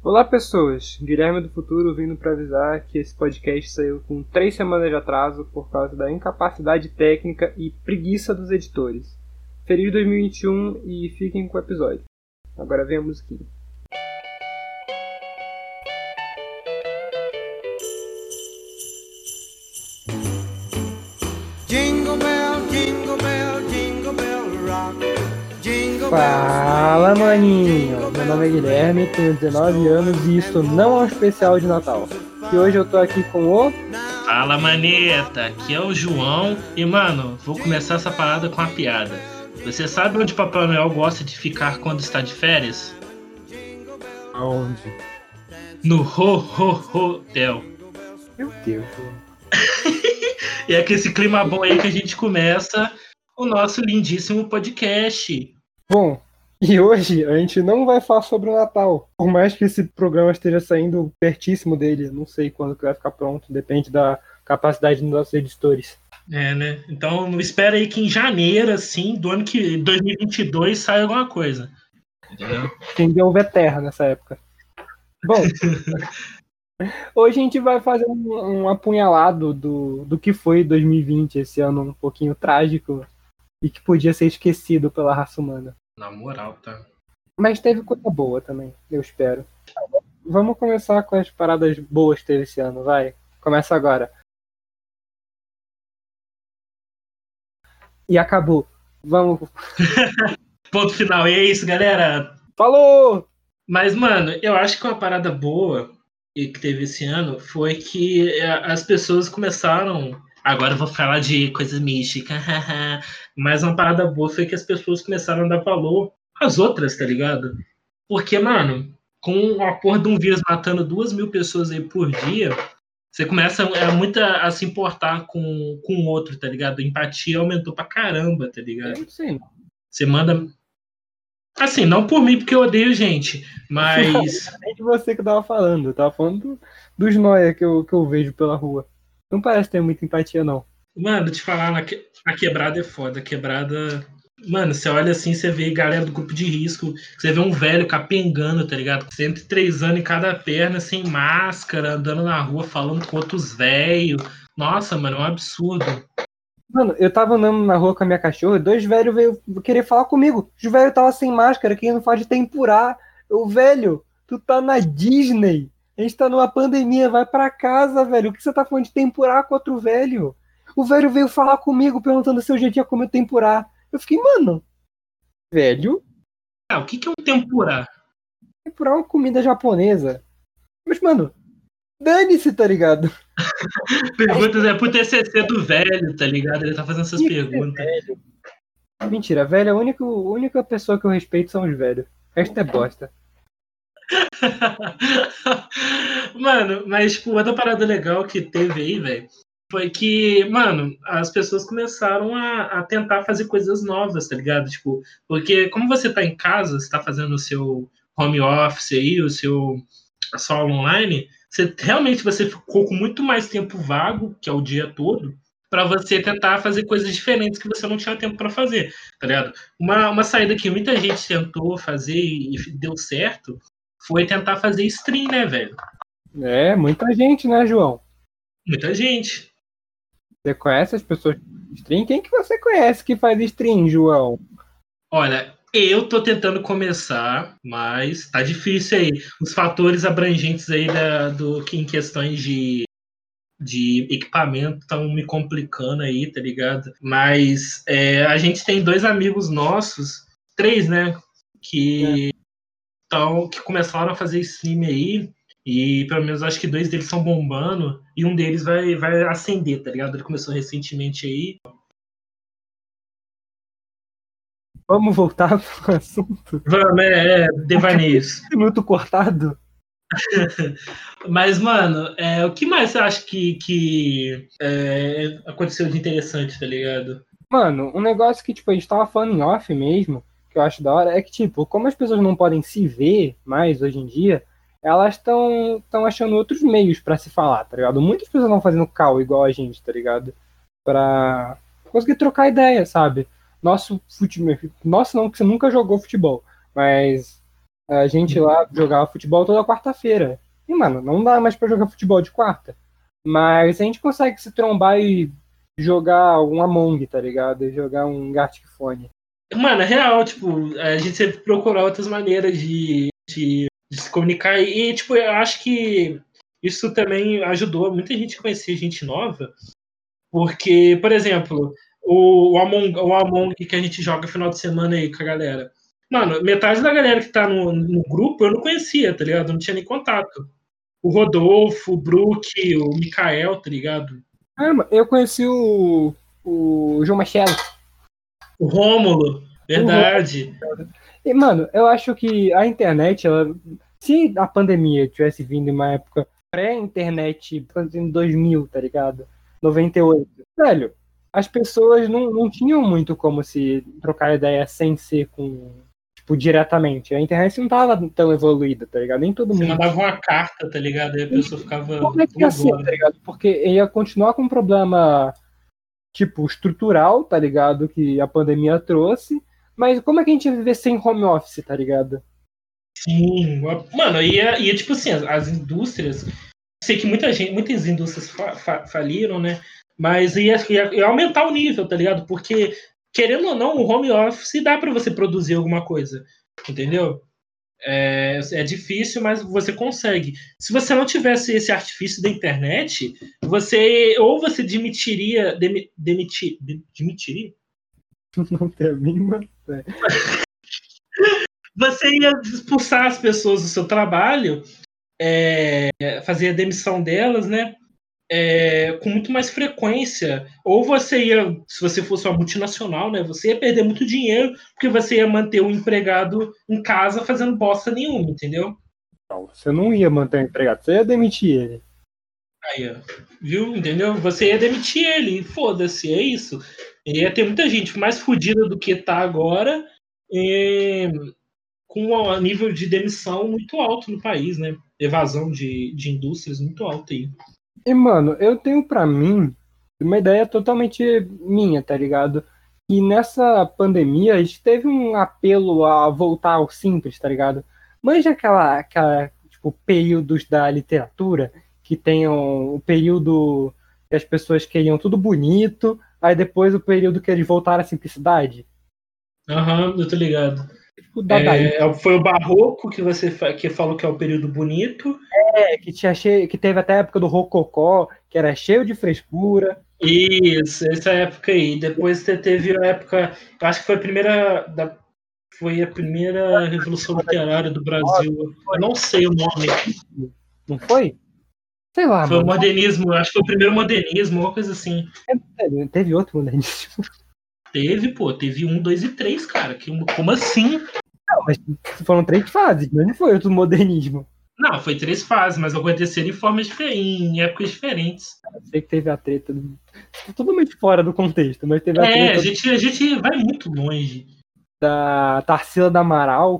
Olá pessoas, Guilherme do Futuro vindo para avisar que esse podcast saiu com 3 semanas de atraso por causa da incapacidade técnica e preguiça dos editores. Feliz 2021 e fiquem com o episódio. Agora vem a musiquinha. Jingle bell, jingle bell, jingle bell rock. Jingle Fala maninho, meu nome é Guilherme, tenho 19 anos e isso não é um especial de Natal. E hoje eu tô aqui com o... Fala maneta, aqui é o João e mano, vou começar essa parada com uma piada. Você sabe onde Papai Noel gosta de ficar quando está de férias? Aonde? No Hotel. Meu Deus. E é com esse clima bom aí que a gente começa o nosso lindíssimo podcast. Bom, e hoje a gente não vai falar sobre o Natal. Por mais que esse programa esteja saindo pertíssimo dele, não sei quando que vai ficar pronto, depende da capacidade dos nossos editores. É, né? Então espera aí que em janeiro, assim, do ano que 2022 saia alguma coisa. Entendeu? Quem deu Terra nessa época. Bom, hoje a gente vai fazer um apunhalado do que foi 2020, esse ano um pouquinho trágico e que podia ser esquecido pela raça humana. Na moral, tá? Mas teve coisa boa também, eu espero. Vamos começar com as paradas boas que teve esse ano, vai. Começa agora. E acabou. Vamos. Ponto final. E é isso, galera. Falou! Mas, mano, eu acho que uma parada boa que teve esse ano foi que as pessoas começaram. Agora eu vou falar de coisas místicas. Mas uma parada boa foi que as pessoas começaram a dar valor às outras, tá ligado? Porque, mano, com a porra de um vírus matando 2.000 pessoas aí por dia, você começa muito a se importar com o outro, tá ligado? A empatia aumentou pra caramba, tá ligado? Sim. Você manda. Assim, não por mim, porque eu odeio gente, mas. É de você que eu tava falando. Eu tava falando dos nóia que eu vejo pela rua. Não parece ter muita empatia, não. Mano, te falar, a quebrada é foda. A quebrada. Mano, você olha assim, você vê galera do grupo de risco, você vê um velho capengando, tá ligado? 103 anos em cada perna, sem máscara, andando na rua, falando com outros velhos. Nossa, mano, é um absurdo. Mano, eu tava andando na rua com a minha cachorra, 2 velhos veio querer falar comigo. Os velhos estavam sem máscara, quem não faz de temporá. Eu, velho, tu tá na Disney. A gente tá numa pandemia, vai pra casa, velho. O que você tá falando de temporá com outro velho? O velho veio falar comigo, perguntando se eu já tinha comido temporá. Eu fiquei, mano, velho, Ah, o que é um tempurá? tempurá é uma comida japonesa. Mas, mano, dane-se, tá ligado? Perguntas é pro TCC do velho, tá ligado? Ele tá fazendo essas Tinha que ser perguntas. velho. Mentira, velho, a única pessoa que eu respeito são os velhos. O resto é bosta. Mano, mas, tipo, outra parada legal que teve aí, velho, foi que, mano, as pessoas começaram a tentar fazer coisas novas, tá ligado? Tipo, porque como você tá em casa, você tá fazendo o seu home office aí, a sua aula online, você ficou com muito mais tempo vago, que é o dia todo, pra você tentar fazer coisas diferentes que você não tinha tempo pra fazer, tá ligado? Uma saída que muita gente tentou fazer e deu certo foi tentar fazer stream, né, velho? É, muita gente, né, João? Muita gente. Você conhece as pessoas de stream? Quem que você conhece que faz stream, João? Olha, eu tô tentando começar, mas tá difícil aí. Os fatores abrangentes aí que em questões de equipamento estão me complicando aí, tá ligado? Mas a gente tem 2 amigos nossos, 3, né? Que começaram a fazer stream aí. E pelo menos acho que 2 deles estão bombando. E um deles vai acender, tá ligado? Ele começou recentemente aí. Vamos voltar pro assunto? Vamos, devaneios. Minuto cortado? Mas, mano, o que mais você acha que aconteceu de interessante, tá ligado? Mano, um negócio que, tipo, a gente tava falando em off mesmo, que eu acho da hora, é que, tipo, como as pessoas não podem se ver mais hoje em dia, elas estão achando outros meios pra se falar, tá ligado? Muitas pessoas estão fazendo call igual a gente, tá ligado? Pra conseguir trocar ideia, sabe? Nosso futebol. Nosso não, que você nunca jogou futebol, mas A gente lá jogava futebol toda quarta-feira. E, mano, não dá mais pra jogar futebol de quarta. Mas a gente consegue se trombar e jogar um Among, tá ligado? E jogar um Gartic Phone. Mano, é real, tipo, a gente sempre procura outras maneiras de se comunicar. E, tipo, eu acho que isso também ajudou muita gente a conhecer gente nova. Porque, por exemplo, o Among que a gente joga final de semana aí com a galera. Mano, metade da galera que tá no grupo eu não conhecia, tá ligado? Eu não tinha nem contato. O Rodolfo, o Brook, o Mikael, tá ligado? Ah, mano, eu conheci o João Machado. O Rômulo, O Ro- verdade. E, mano, eu acho que a internet, se a pandemia tivesse vindo em uma época pré-internet, em 2000, tá ligado? 98. Velho, as pessoas não tinham muito como se trocar ideia sem ser tipo, diretamente. A internet não tava tão evoluída, tá ligado? Nem todo Você mundo. mandava uma carta, tá ligado? Aí a pessoa ficava. Como é que E ia ser, tá agora? ligado? Porque ia continuar com um problema, tipo, estrutural, tá ligado? Que a pandemia trouxe. Mas como é que a gente ia viver sem home office, tá ligado? Sim, mano, ia tipo assim, as indústrias. Sei que muitas indústrias faliram, né? Mas ia aumentar o nível, tá ligado? Porque, querendo ou não, o home office dá pra você produzir alguma coisa, entendeu? É difícil, mas você consegue. Se você não tivesse esse artifício da internet, você demitiria? Não tem a mínima. Você ia expulsar as pessoas do seu trabalho, fazer a demissão delas, né? Com muito mais frequência. Ou você ia, se você fosse uma multinacional, né? Você ia perder muito dinheiro, porque você ia manter o empregado em casa fazendo bosta nenhuma, entendeu? Não, você não ia manter o empregado, você ia demitir ele. Aí, ó, viu? Entendeu? Você ia demitir ele, e foda-se, é isso. E ia ter muita gente mais fodida do que tá agora, com um nível de demissão muito alto no país, né? Evasão de indústrias muito alta aí. E, mano, eu tenho pra mim uma ideia totalmente minha, tá ligado? E nessa pandemia a gente teve um apelo a voltar ao simples, tá ligado? Manja aquela tipo, períodos da literatura que tem o período que as pessoas queriam tudo bonito, aí depois o período que eles voltaram à simplicidade. Aham, eu tô ligado. Tipo, dadaísmo, Foi o Barroco que que falou que é o período bonito. que teve até a época do Rococó, que era cheio de frescura. Isso, essa época aí. Depois teve a época, acho que foi a primeira revolução literária do Brasil. Eu não sei o nome. Não foi? Sei lá, Foi o mano. modernismo, acho que foi o primeiro modernismo, uma coisa assim. Teve outro modernismo. Teve um, dois e três, cara. Como assim? Não, mas foram 3 fases, mas não foi outro modernismo. Não, foi três fases, mas aconteceram em formas diferentes, em épocas diferentes. Eu sei que teve a treta. Totalmente fora do contexto, mas teve a A treta gente vai muito longe. da Tarsila da Amaral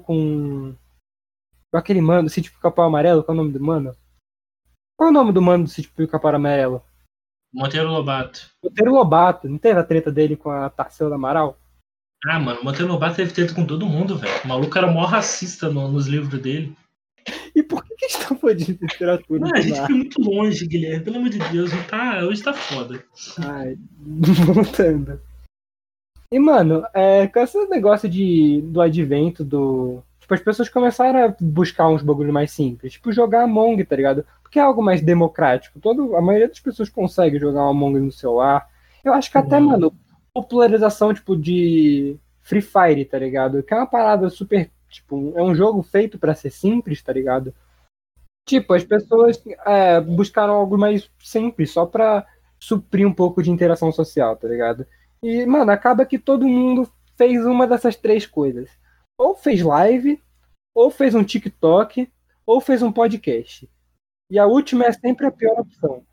com aquele mano do Sítio Pica-Pau Amarelo. Qual é o nome do mano? Qual é o nome do mano do Sítio Pica-Pau Amarelo? Monteiro Lobato. Monteiro Lobato. Não teve a treta dele com a Tarsila da Amaral? Ah, mano, o Monteiro Lobato teve treta com todo mundo, velho. O maluco era mó racista nos livros dele. E por que eles estão falando de literatura Mano, do a gente nada? foi muito longe, Guilherme. Pelo amor de Deus, hoje tá foda. Ai, voltando. E, mano, com esse negócio do advento do. Tipo, as pessoas começaram a buscar uns bagulho mais simples. Tipo, jogar Among, tá ligado? Porque é algo mais democrático. A maioria das pessoas consegue jogar um Among no celular. Eu acho que até, Uhum. mano, popularização, tipo, de Free Fire, tá ligado? Que é uma parada super. Tipo, é um jogo feito pra ser simples, tá ligado? Tipo, as pessoas buscaram algo mais simples, só pra suprir um pouco de interação social, tá ligado? E, mano, acaba que todo mundo fez uma dessas 3 coisas. Ou fez live, ou fez um TikTok, ou fez um podcast. E a última é sempre a pior opção.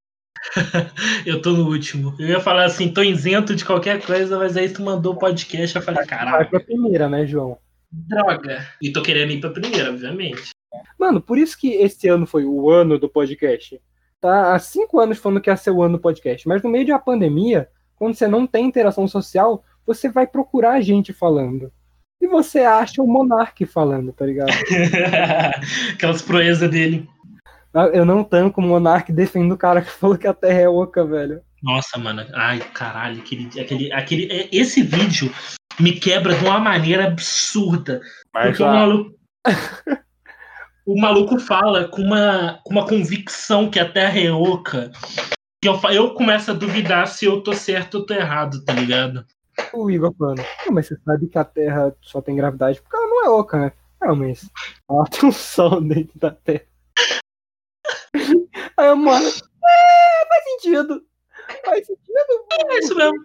Eu tô no último. Eu ia falar assim, tô isento de qualquer coisa, mas aí tu mandou o podcast, eu falei, Vai pra caraca, primeira, né, João? droga. E tô querendo ir pra primeira, obviamente. Mano, por isso que esse ano foi o ano do podcast. Tá há 5 anos falando que ia ser o ano do podcast. Mas no meio de uma pandemia, quando você não tem interação social, você vai procurar gente falando. E você acha o Monark falando, tá ligado? Aquelas proezas dele. Eu não tanco o Monark defendendo o cara que falou que a Terra é oca, velho. Nossa, mano. Ai, caralho. Esse vídeo me quebra de uma maneira absurda. Porque o maluco fala com uma convicção que a Terra é oca. Que eu começo a duvidar se eu tô certo ou tô errado, tá ligado? O Igor falando, "Não, mas você sabe que a Terra só tem gravidade porque ela não é oca, né? Não, mas ela tem um sol dentro da Terra. Aí eu, mano, faz sentido. Faz sentido. É isso mesmo.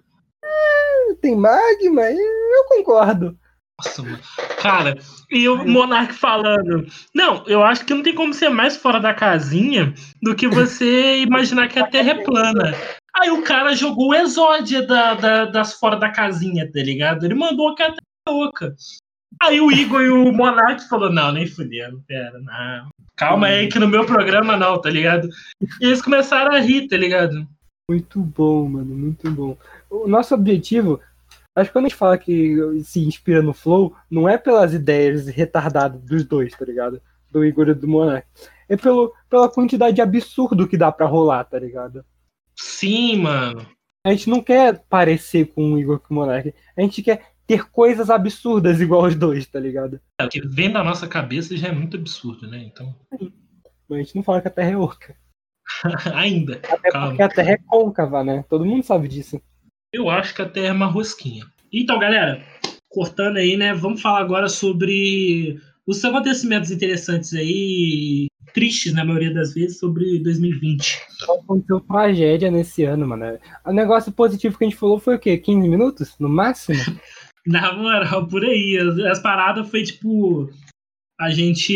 Tem magma, eu concordo. Nossa, mano. Cara, e o Monark falando. Não, eu acho que não tem como ser mais fora da casinha do que você imaginar que a Terra é plana. Aí o cara jogou o exódia das fora da casinha, tá ligado? Ele mandou que a Terra é oca. Aí o Igor e o Monark falou, não, nem fudendo, pera, não. Calma aí que no meu programa não, tá ligado? E eles começaram a rir, tá ligado? Muito bom, mano, muito bom. O nosso objetivo, acho que quando a gente fala que se inspira no Flow, não é pelas ideias retardadas dos dois, tá ligado? Do Igor e do Monark. É pela quantidade de absurdo que dá pra rolar, tá ligado? Sim, mano. A gente não quer parecer com o Igor e com o Monark. A gente quer ter coisas absurdas igual os dois, tá ligado? O que vem da nossa cabeça já é muito absurdo, né? Então. Mas a gente não fala que a Terra é oca. Ainda. Até Calma. porque a Terra é côncava, né? Todo mundo sabe disso. Eu acho que a Terra é uma rosquinha. Então, galera, cortando aí, né? Vamos falar agora sobre os acontecimentos interessantes aí, tristes na maioria das vezes, sobre 2020. Aconteceu tragédia nesse ano, mano. O negócio positivo que a gente falou foi o quê? 15 minutos? No máximo? Na moral, por aí. As paradas foi tipo. A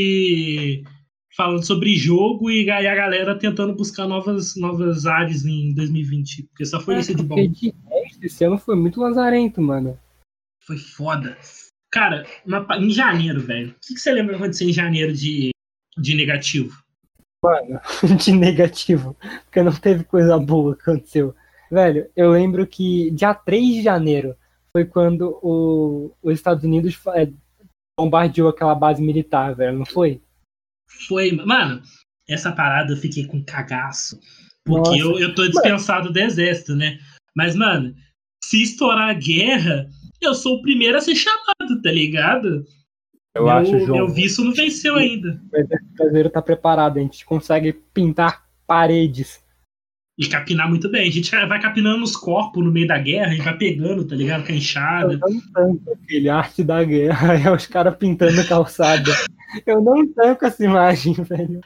gente falando sobre jogo e a galera tentando buscar novas áreas em 2020. Porque só foi isso de bom. Porque de resto, esse ano foi muito lazarento, mano. Foi foda. Cara, em janeiro, velho. O que você lembra que aconteceu em janeiro de negativo? Mano, de negativo. Porque não teve coisa boa que aconteceu. Velho, eu lembro que dia 3 de janeiro foi quando os Estados Unidos bombardeou aquela base militar, velho, não foi? Foi, mano, essa parada eu fiquei com cagaço. Porque eu tô dispensado do exército, né? Mas, mano, se estourar a guerra, eu sou o primeiro a ser chamado, tá ligado? Eu acho, João. Meu visto não venceu ainda. O exército brasileiro tá preparado, a gente consegue pintar paredes. E capinar muito bem. A gente vai capinando os corpos no meio da guerra, a gente vai pegando, tá ligado? Com a enxada. Eu não tanco aquele arte da guerra, é os caras pintando calçada. Eu não tanco essa imagem, velho.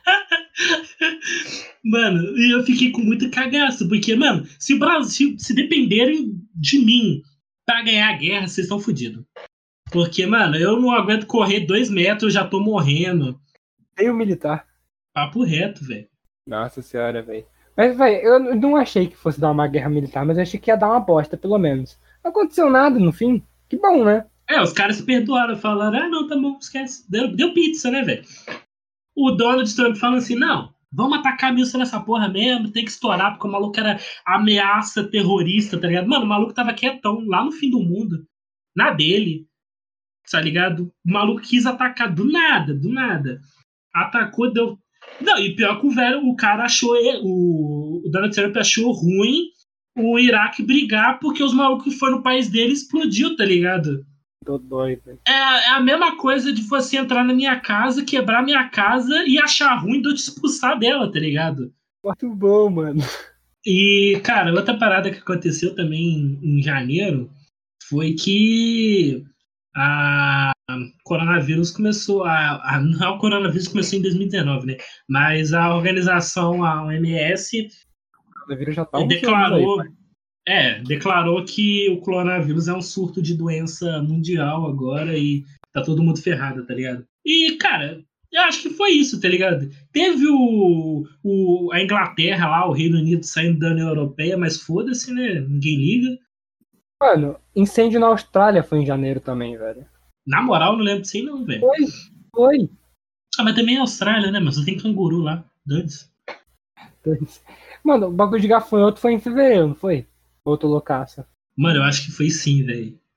Mano, e eu fiquei com muito cagaço, porque, mano, se o Brasil, se dependerem de mim pra ganhar a guerra, vocês estão fodidos. Porque, mano, eu não aguento correr 2 metros, eu já tô morrendo. Tem o militar. Papo reto, velho. Nossa senhora, velho. Mas, velho, eu não achei que fosse dar uma guerra militar, mas eu achei que ia dar uma bosta, pelo menos. Não aconteceu nada no fim. Que bom, né? Os caras se perdoaram, falaram, não, tá bom, esquece. Deu pizza, né, velho? O Donald Trump falando assim, não, vamos atacar a Milson nessa porra mesmo, tem que estourar, porque o maluco era ameaça terrorista, tá ligado? Mano, o maluco tava quietão, lá no fim do mundo, na dele, tá ligado? O maluco quis atacar do nada. Atacou, deu... Não, e pior que o cara achou, o Donald Trump achou ruim o Iraque brigar porque os malucos que foram no país dele explodiu, tá ligado? Tô doido. É a mesma coisa de você entrar na minha casa, quebrar minha casa e achar ruim de eu te expulsar dela, tá ligado? Muito bom, mano. E, cara, outra parada que aconteceu também em janeiro foi que a coronavírus começou não, o coronavírus começou em 2019, né? Mas a organização, a OMS, Já tá declarou que o coronavírus é um surto de doença mundial agora e tá todo mundo ferrado, tá ligado? E, cara, eu acho que foi isso, tá ligado? Teve a Inglaterra lá, o Reino Unido saindo da União Europeia, mas foda-se, né? Ninguém liga. Mano, incêndio na Austrália foi em janeiro também, velho. Na moral, não lembro disso aí não, velho. Foi. Mas também é Austrália, né? Mas só tem canguru lá. Dane-se. Mano, o bagulho de gafanhoto foi em fevereiro, não foi? Outro loucaça. Mano, eu acho que foi sim, velho.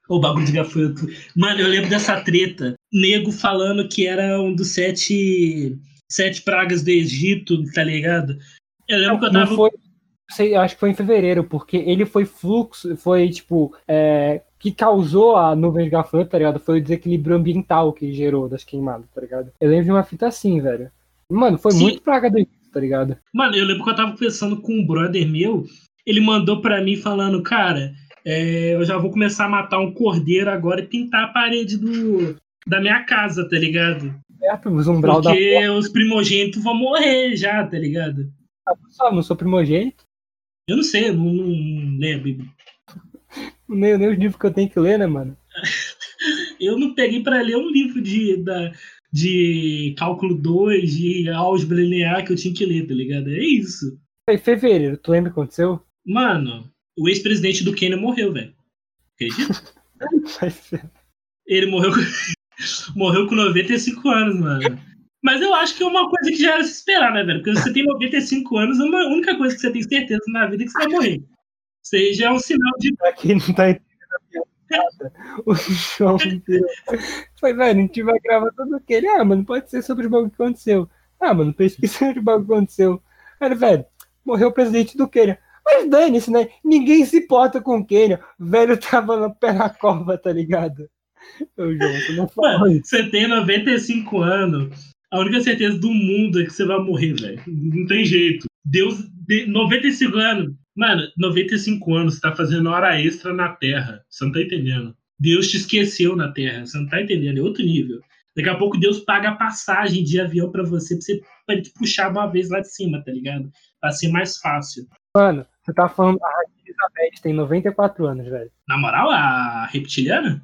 O bagulho de gafanhoto. Mano, eu lembro dessa treta. Nego falando que era um dos sete pragas do Egito, tá ligado? Eu lembro que eu Não tava. foi, acho que foi em fevereiro, porque ele foi fluxo, foi tipo, que causou a nuvem de gafanhoto, tá ligado? Foi o desequilíbrio ambiental que gerou das queimadas, tá ligado? Eu lembro de uma fita assim, velho. Mano, foi Sim. muito praga do Egito, tá ligado? Mano, eu lembro que eu tava conversando com um brother meu, ele mandou pra mim falando, cara, eu já vou começar a matar um cordeiro agora e pintar a parede da minha casa, tá ligado? Certo? Os umbral da Porque os primogênitos vão morrer já, tá ligado? porta, não sou primogênito, Eu não sei, eu não leio a Bíblia. nem os livros que eu tenho que ler, né, mano? Eu não peguei pra ler um livro de cálculo 2, de álgebra linear que eu tinha que ler, tá ligado? É isso. Foi em fevereiro, tu lembra o que aconteceu? Mano, o ex-presidente do Quênia morreu, velho. Acredita? Ele morreu com 95 anos, mano. Mas eu acho que é uma coisa que já era se esperar, né, velho? Porque se você tem 95 anos, a única coisa que você tem certeza na vida é que você vai morrer. Isso aí já é um sinal de. Pra quem não tá entendendo a piada, o João inteiro. Foi, velho, a gente vai gravar todo aquele. Ah, mano, pode ser sobre o bagulho que aconteceu. Ah, mano, pesquisa sobre o bagulho que aconteceu. Aí, velho, morreu o presidente do Quênia. Mas dane-se, né? Ninguém se importa com o Quênia. O velho tava no pé na cova, tá ligado? Ô, João, tu não fala Mano, isso. você tem 95 anos. A única certeza do mundo é que você vai morrer, velho. Não tem jeito. Deus, 95 anos. Mano, 95 anos, você tá fazendo hora extra na Terra. Você não tá entendendo. Deus te esqueceu na Terra. Você não tá entendendo. É outro nível. Daqui a pouco Deus paga a passagem de avião pra você pra ele te puxar uma vez lá de cima, tá ligado? Pra ser mais fácil. Mano, você tá falando. A Rainha Elizabeth tem 94 anos, velho. Na moral, a reptiliana?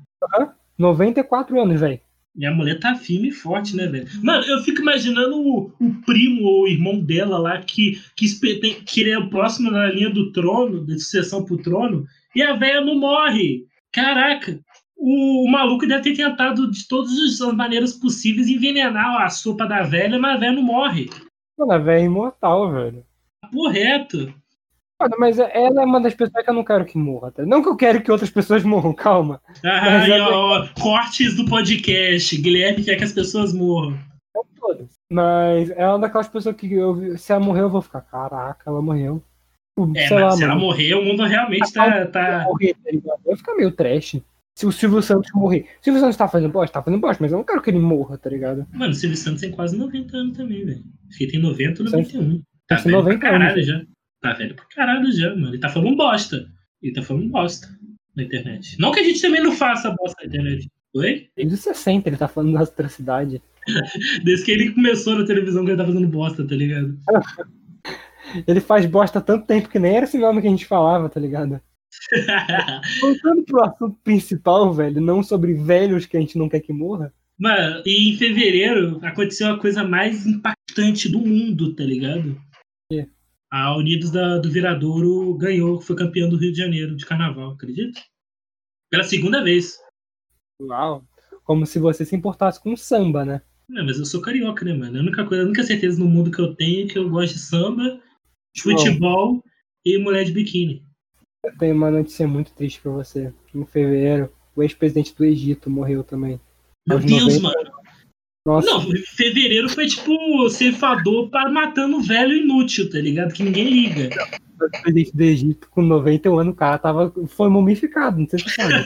94 anos, velho. Minha mulher tá firme e forte, né, velho? Mano, eu fico imaginando o primo ou o irmão dela lá que ele é o próximo na linha do trono, da sucessão pro trono, e a velha não morre. Caraca, o maluco deve ter tentado de todas as maneiras possíveis envenenar a sopa da velha, mas a velha não morre. Mano, a velha é imortal, velho. Correto. Mano, mas ela é uma das pessoas que eu não quero que morra, tá? Não que eu quero que outras pessoas morram, calma. Ah, e, ó, cortes do podcast. Guilherme quer que as pessoas morram. Todas. Mas ela é uma daquelas pessoas que se ela morrer, eu vou ficar, caraca, ela morreu. Sei lá, se ela morrer, o mundo realmente tá... Morrer, tá ligado? Vai ficar meio trash. Se o Silvio Santos morrer. O Silvio Santos tá fazendo bosta, mas eu não quero que ele morra, tá ligado? Mano, o Silvio Santos tem quase 90 anos também, velho. Acho que ele tem 90 ou 91. Tá Tem velho 90 pra caralho anos. já. Tá velho pra caralho já, mano. Ele tá falando bosta. Na internet. Não que a gente também não faça bosta na internet. Oi? Desde 60 ele tá falando da atrocidade. Desde que ele começou na televisão que ele tá fazendo bosta, tá ligado? Ele faz bosta há tanto tempo que nem era esse nome que a gente falava, tá ligado? Voltando pro assunto principal, velho, não sobre velhos que a gente não quer que morra. Mano, e em fevereiro aconteceu a coisa mais impactante do mundo, tá ligado? É. A Unidos do Viradouro ganhou, foi campeão do Rio de Janeiro de carnaval, acredita? Pela segunda vez. Uau. Como se você se importasse com samba, né? Não, mas eu sou carioca, né, mano? A única certeza no mundo que eu tenho é que eu gosto de samba, futebol e mulher de biquíni. Eu tenho uma notícia muito triste pra você. Em fevereiro, o ex-presidente do Egito morreu também. Meu Aos Deus, 90. mano. Nossa. Não, fevereiro foi tipo ceifador matando velho inútil, tá ligado? Que ninguém liga. O ex-presidente do Egito, com 91 anos, o cara foi mumificado, não sei se você sabe.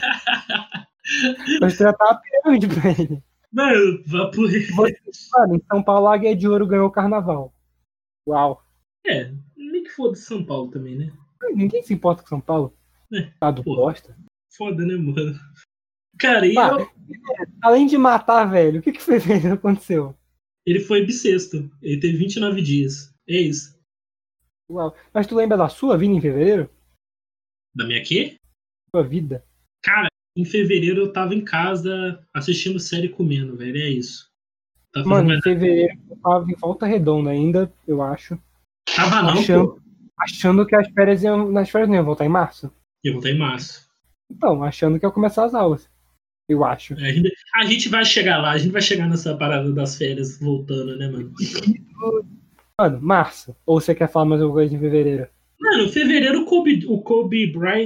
Mas tratar a pirâmide pra ele. Mano, Mano, em São Paulo, a Águia de Ouro ganhou o carnaval. Uau. Nem que foda São Paulo também, né? Ninguém se importa com São Paulo. Tá do bosta. Foda, né, mano? Cara, além de matar, velho, o que foi que aconteceu? Ele foi bissexto. Ele teve 29 dias. É isso. Uau. Mas tu lembra da sua vida em fevereiro? Da minha quê? Sua vida? Cara, em fevereiro eu tava em casa assistindo série e comendo, velho. É isso. Mano, em fevereiro eu tava em Volta Redonda ainda, eu acho. Tava não, achando que as férias não iam voltar em março. Ia voltar em março. Então, achando que ia começar as aulas. Eu acho. A gente vai chegar lá, a gente vai chegar nessa parada das férias voltando, né, mano? Mano, março. Ou você quer falar mais alguma coisa em fevereiro? Mano, em fevereiro o Kobe Bryant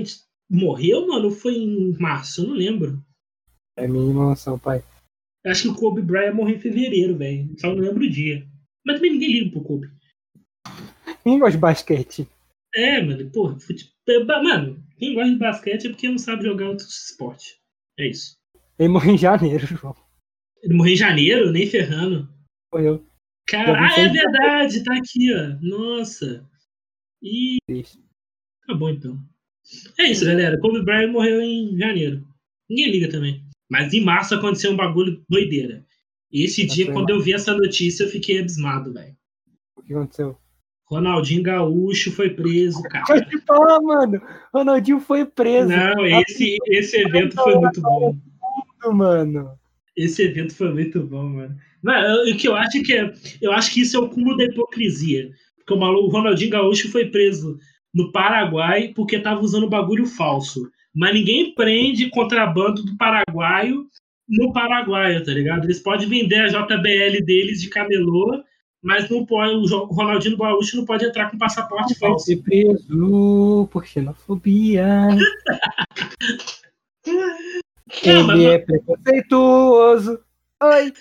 morreu, mano, ou foi em março? Eu não lembro. É minha emoção, pai. Acho que o Kobe Bryant morreu em fevereiro, velho. Só não lembro o dia. Mas também ninguém liga pro Kobe. Quem gosta de basquete? Mano, porra, mano, quem gosta de basquete é porque não sabe jogar outros esportes. É isso. Ele morreu em janeiro, João. Ele morreu em janeiro, nem ferrando. Morreu. Cara, Dia 26 é de verdade, tá aqui, ó. Nossa. E janeiro. tá bom então. É isso, galera. Kobe Bryant morreu em janeiro. Ninguém liga também. Mas em março aconteceu um bagulho doideira. E esse dia, quando eu vi essa notícia, eu fiquei abismado, velho. O que aconteceu? Ronaldinho Gaúcho foi preso, cara. Pode falar, mano. Ronaldinho foi preso. Não, esse evento foi muito bom. Mano. Esse evento foi muito bom, mano. O que eu acho eu acho que isso é o cúmulo da hipocrisia. Porque o Ronaldinho Gaúcho foi preso no Paraguai porque estava usando bagulho falso. Mas ninguém prende contrabando do paraguaio no Paraguai, tá ligado? Eles podem vender a JBL deles de camelô, mas não pode, o Ronaldinho Gaúcho não pode entrar com passaporte Vai falso. ser preso por xenofobia. Ele é preconceituoso. Oi.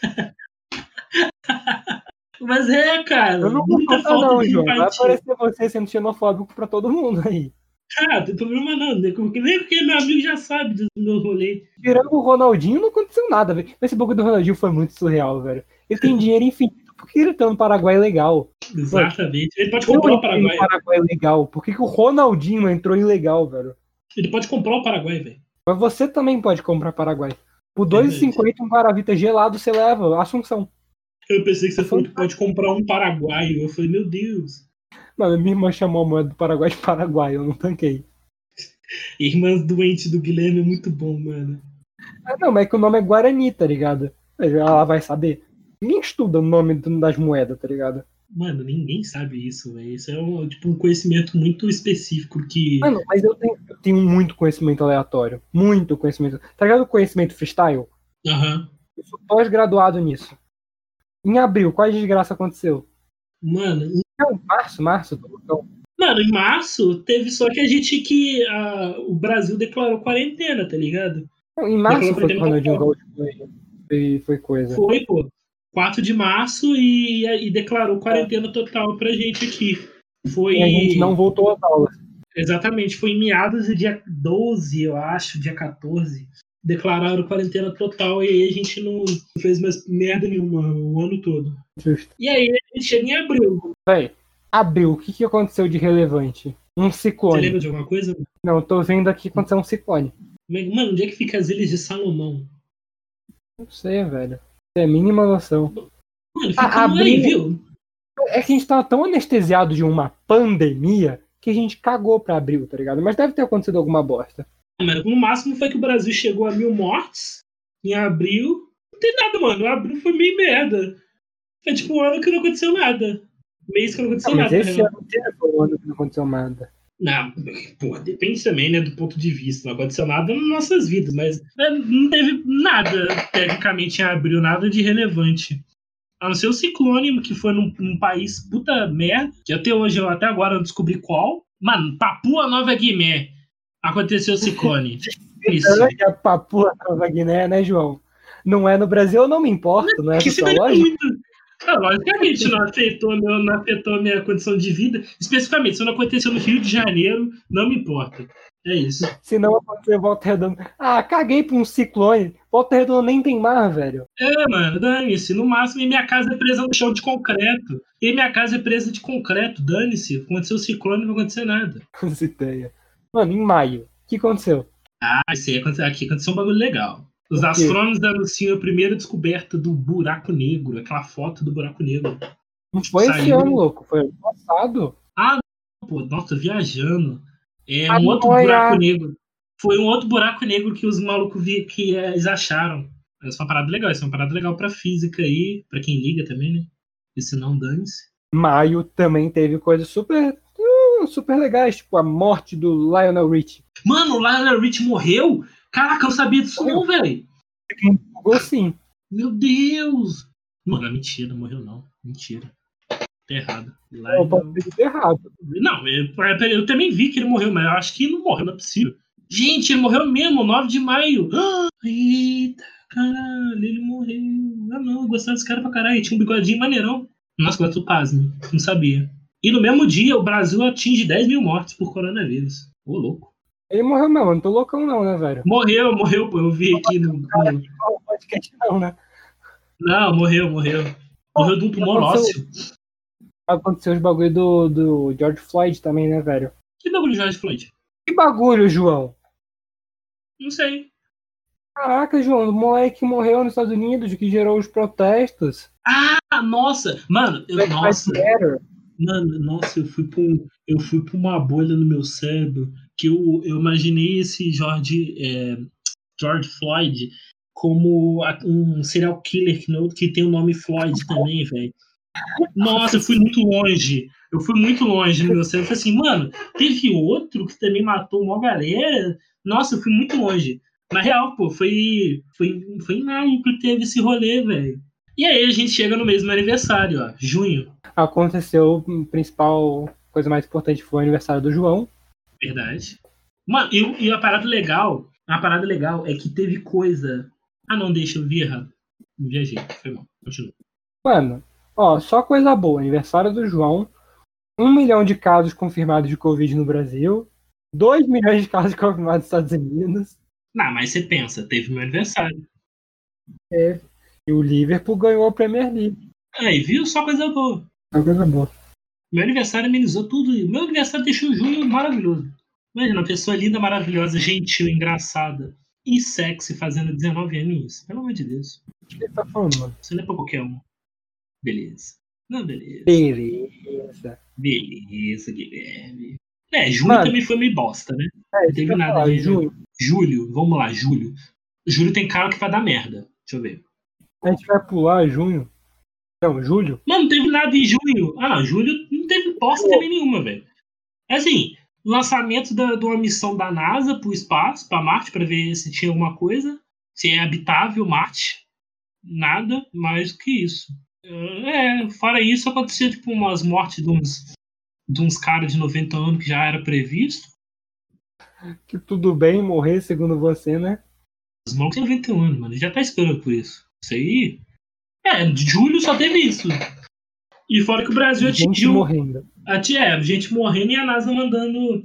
Mas cara, Eu não vou muita contar falta não, de João. Vai empatia. aparecer você sendo xenofóbico pra todo mundo aí. Não tem problema não, nem porque meu amigo já sabe do meu rolê. Tirando o Ronaldinho, não aconteceu nada, velho. Esse bagulho do Ronaldinho foi muito surreal, velho. Ele tem dinheiro infinito. Por que ele tá no Paraguai legal? Exatamente. Ele pode comprar o Paraguai. No Paraguai legal. Por que o Ronaldinho entrou ilegal, velho? Ele pode comprar o Paraguai, velho. Mas você também pode comprar Paraguai. Por R$2,50 um Guaravita gelado você leva. Assunção. Eu pensei que você falou que pode comprar um paraguaio. Eu falei, meu Deus. Mano, minha irmã chamou a moeda do Paraguai de Paraguai. Eu não tanquei. Irmãs doentes do Guilherme é muito bom, mano. Não, mas é que o nome é Guarani, tá ligado? Ela vai saber. Ninguém estuda o nome das moedas, tá ligado? Mano, ninguém sabe isso, velho. Isso é um conhecimento muito específico que... Mano, mas eu tenho muito conhecimento aleatório. Muito conhecimento. Tá ligado o conhecimento freestyle? Aham. Eu sou pós-graduado nisso. Em abril, qual desgraça aconteceu? Mano, Não, março. Mano, em março teve só que o Brasil declarou quarentena, tá ligado? Não, em março Declarou foi quando quarentena o Gaúcho foi coisa. Foi, pô. 4 de março e declarou quarentena total pra gente aqui. Foi... E a gente não voltou às aulas. Exatamente, foi em meados do dia 12, eu acho, dia 14. Declararam quarentena total e aí a gente não fez mais merda nenhuma o ano todo. Justo. E aí a gente chega em abril. Véi, abril, o que aconteceu de relevante? Um Você ciclone. lembra de alguma coisa? Não, tô vendo aqui que aconteceu um ciclone. Mano, onde é que fica as Ilhas de Salomão? Não sei, velho. É a mínima noção. Mano, fica aí, viu? É que a gente tava tão anestesiado de uma pandemia que a gente cagou pra abril, tá ligado? Mas deve ter acontecido alguma bosta. Mano, no máximo foi que o Brasil chegou a 1.000 mortes em abril. Não tem nada, mano. Abril foi meio merda. Foi tipo um ano que não aconteceu nada. Mês que não aconteceu Mas nada. esse ano inteiro foi o ano que não aconteceu nada. Não, porra, depende também, né, do ponto de vista. Não aconteceu nada nas nossas vidas, mas não teve nada, tecnicamente, em abril, nada de relevante. A não ser o ciclone, que foi num país puta merda, que até hoje, até agora, eu não descobri qual. Mano, Papua Nova Guiné aconteceu o ciclone. Isso. A Papua Nova Guiné, né, João? Não é no Brasil, eu não me importo, não é Que essa se lógica. muito. Logicamente não afetou a minha condição de vida. Especificamente, se não aconteceu no Rio de Janeiro, não me importa. É isso. Se não acontecer Volta Redonda. Ah, caguei pra um ciclone. Volta Redonda nem tem mar, velho. Mano, dane-se. No máximo, minha casa é presa no chão de concreto. E minha casa é presa de concreto. Dane-se. Aconteceu o ciclone, não vai acontecer nada. Essa ideia. Mano, em maio, o que aconteceu? Isso aí aqui aconteceu um bagulho legal. Os O quê? astrônomos anunciam a primeira descoberta do buraco negro. Aquela foto do buraco negro. Não foi esse Saiu. ano, louco. Foi ano passado. Pô, nossa, tô viajando. É Ah, um outro não, buraco negro. Foi um outro buraco negro que os malucos que eles acharam. Isso é uma parada legal. Isso é uma parada legal pra física aí. Pra quem liga também, né? E se não, dane-se. Maio também teve coisas super legais, tipo a morte do Lionel Richie. Mano, o Lionel Richie morreu? Caraca, eu sabia disso não, velho. Jogou sim. Meu Deus. Mano, mentira, não morreu não. Mentira. Tá errado. Eu posso ter dito errado. Não, eu também vi que ele morreu, mas eu acho que não morreu, não é possível. Gente, ele morreu mesmo, 9 de maio. Eita, caralho, ele morreu. Ah, não, eu gostava desse cara pra caralho. Tinha um bigodinho maneirão. Nossa, eu tô pasmo. Não sabia. E no mesmo dia, o Brasil atinge 10 mil mortes por coronavírus. Ô, louco. Ele morreu mesmo, não tô loucão não, né, velho? Morreu, pô. Eu vi aqui no. Não, podcast não, né? Não, morreu. Morreu de um tumor ósseo. Aconteceu os bagulho do George Floyd também, né, velho? Que bagulho de George Floyd? Que bagulho, João? Não sei. Caraca, João, o moleque que morreu nos Estados Unidos, que gerou os protestos. Ah, nossa! Mano, Black Lives Matter. Nossa, eu fui pra uma bolha no meu cérebro que eu imaginei esse George Floyd como um serial killer que tem o nome Floyd também, velho. Nossa, eu fui muito longe. Eu fui muito longe no meu cérebro. Eu falei assim, mano, teve outro que também matou uma galera. Nossa, eu fui muito longe. Na real, pô, foi em maio que teve esse rolê, velho. E aí a gente chega no mesmo aniversário, ó, junho. Aconteceu, a principal coisa mais importante foi o aniversário do João. Verdade. Mano, e a parada legal é que teve coisa. Ah, não, deixa eu vir errado. Viajei, foi mal. Continua. Mano, ó, só coisa boa. Aniversário do João. 1 milhão de casos confirmados de Covid no Brasil. 2 milhões de casos confirmados nos Estados Unidos. Não, mas você pensa, teve meu aniversário. E o Liverpool ganhou a Premier League. Aí, viu? Só coisa boa. É uma coisa boa. Meu aniversário amenizou tudo. Meu aniversário deixou o junho maravilhoso. Imagina, uma pessoa linda, maravilhosa, gentil, engraçada e sexy fazendo 19 aninhos. Pelo amor de Deus. O que ele tá falando, mano? Isso não é pra qualquer um. Beleza. Não, beleza. Beleza, Guilherme. Junho Mano, também foi meio bosta, né? Não teve nada de de junho. Julho, vamos lá, julho. Julho tem cara que vai dar merda. Deixa eu ver. A gente vai pular junho. Não, julho. Mano, não teve nada em junho. Ah, não, julho não teve bosta também nenhuma, velho. É assim, lançamento de uma missão da NASA pro espaço, pra Marte, pra ver se tinha alguma coisa. Se é habitável Marte. Nada mais do que isso. Fora isso, aconteceu tipo umas mortes de uns caras de 90 anos que já era previsto. Que tudo bem morrer, segundo você, né? Os malucos têm 91 anos, mano. Já tá esperando por isso. Isso aí. De julho só teve isso. E fora que o Brasil gente atingiu. Morrendo. Gente morrendo e a NASA mandando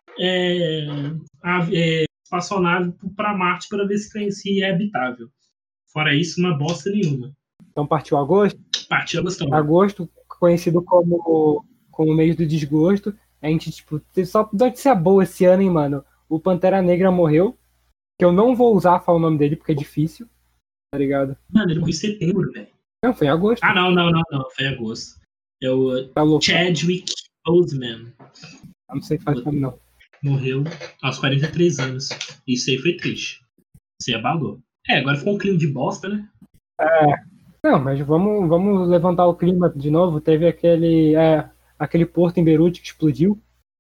espaçonave pra Marte pra ver se é habitável. Fora isso, uma bosta nenhuma. Então partiu agosto? Partiu agosto. Agosto, conhecido como mês do desgosto. A gente, tipo, só notícia boa esse ano, hein, mano. O Pantera Negra morreu. Que eu não vou usar falar o nome dele porque é difícil. Tá ligado? Mano, ele morreu em setembro, velho. Não, foi em agosto. Ah, não. Foi em agosto. É o Tá louco. Chadwick Boseman. Não sei fazer nome, não. Morreu aos 43 anos. Isso aí foi triste. Isso aí abalou. Agora ficou um clima de bosta, né? Não, mas vamos levantar o clima de novo. Teve aquele porto em Beirute que explodiu.